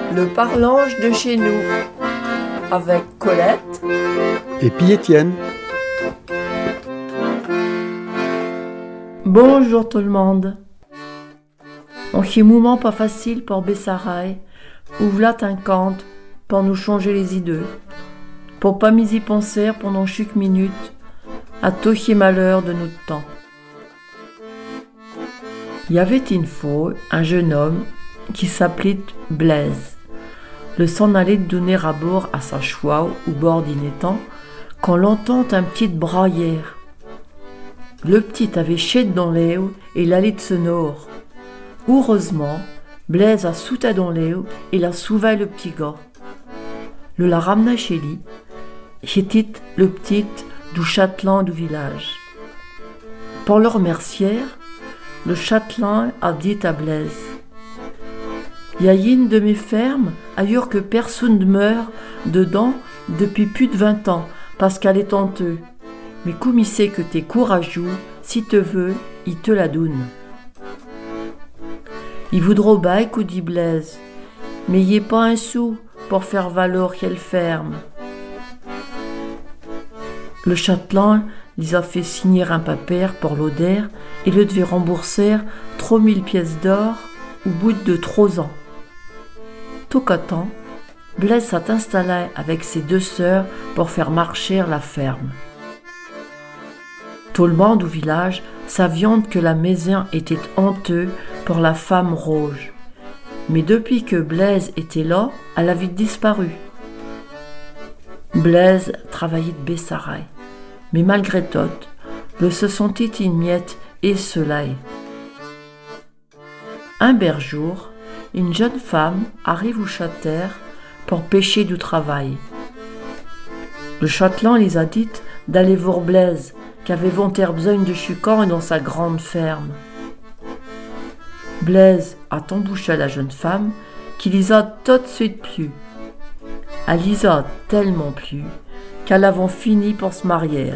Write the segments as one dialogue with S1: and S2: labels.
S1: Le parlange de chez nous, avec Colette
S2: et puis Étienne.
S3: Bonjour tout le monde. On chie moment pas facile pour Bessaray, ou v'là un cante pour nous changer les idées, pour pas m'y penser pendant chaque minute à tout chier malheur de notre temps. Il y avait une fois un jeune homme qui s'appelait Blaise. Le s'en allait donner à bord à sa chouau au bord d'un étang quand l'entend un petit braillère. Le petit avait chède dans l'eau et il allait de se nord. Heureusement, Blaise a sauté dans l'eau et l'a sauvé le petit gars. Le l'a ramené chez lui. C'était le petit du châtelain du village. Pour le remercier, le châtelain a dit à Blaise: « Il y a une de mes fermes ailleurs que personne ne meurt dedans depuis plus de 20 ans parce qu'elle est honteux. Mais comme il sait que t'es courageux, si te veux, il te la donne. » Il voudra bien, dit Blaise, mais il n'y a pas un sou pour faire valoir qu'elle ferme. Le châtelain les a fait signer un papier pour l'oder et le devait rembourser 3000 pièces d'or au bout de 3 ans. Tout qu'à temps, Blaise s'est installé avec ses 2 sœurs pour faire marcher la ferme. Tout le monde au village savait que la maison était honteuse pour la femme rouge. Mais depuis que Blaise était là, elle avait disparu. Blaise travaillait de Bessaray, mais malgré tout, le se sentit une miette et soleil. Un bel jour, une jeune femme arrive au château pour pêcher du travail. Le châtelain les a dit d'aller voir Blaise, qui avait volontaire besoin de chucan dans sa grande ferme. Blaise a embauché la jeune femme, qui les a tout de suite plu. Elle les a tellement plu qu'elle avait fini pour se marier.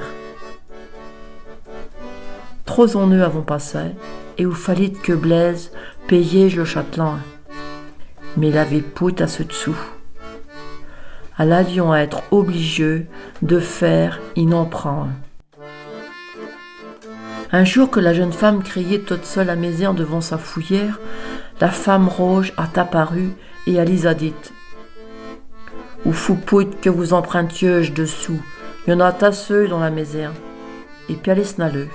S3: 3 ans avons passé et il fallait que Blaise payait le châtelain. Mais il avait pas à ce dessous. Elle allions être obligée de faire une emprunt. Un jour que la jeune femme criait toute seule à maison devant sa fourrière, la femme rouge a apparu et elle les a dit: « Ou faut pas que vous empruntiez dessous, il y en a tasseux dans la maison. » Et puis elle est snalleux.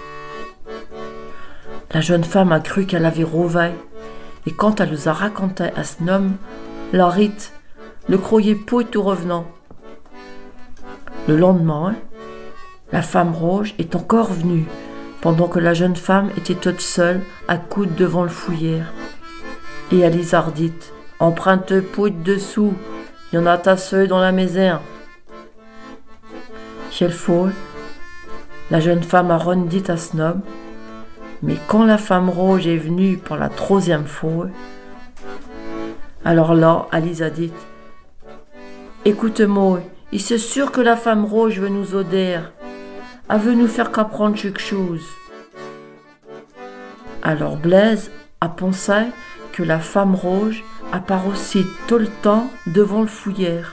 S3: La jeune femme a cru qu'elle avait rôvé, et quand elle nous a raconté à ce homme, la rite le croyait pas tout revenant. Le lendemain, la femme rouge est encore venue, pendant que la jeune femme était toute seule à coude devant le fourrière. Et elle les a redit: « Emprunte pas de dessous, il y en a tasseux dans la maison. » Quelle fois, la jeune femme a rendit à ce homme, mais quand la femme rouge est venue pour la 3e fois, alors là, elle les a dit: « Écoute-moi, il c'est sûr que la femme rouge veut nous oder. Elle veut nous faire qu'apprendre quelque chose. » Alors Blaise a pensé que la femme rouge apparaît aussi tout le temps devant le fourrière.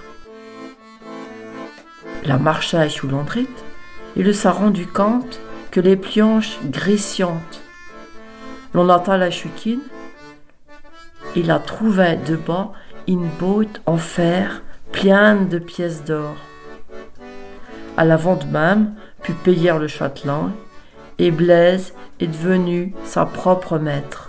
S3: La marcha sous l'entrée et le s'est rendu compte que les planches grissantes. L'on entend la chouquine. Il a trouvé de bas une botte en fer pleine de pièces d'or. À l'avant de même, puis payer le châtelain, et Blaise est devenu sa propre maître.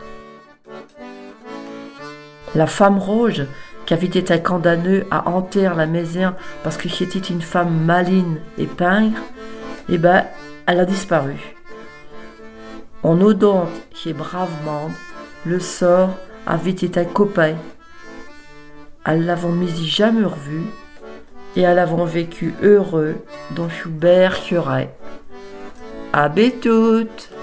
S3: La femme rouge, qui avait été condamnée à hanter la maison parce que c'était une femme maligne et pingre, elle a disparu. En aidant chez bravement, le sort avait été coupé. Elle l'avait mis jamais revue, et elles avons vécu heureux dans Schubert Curet. À toutes.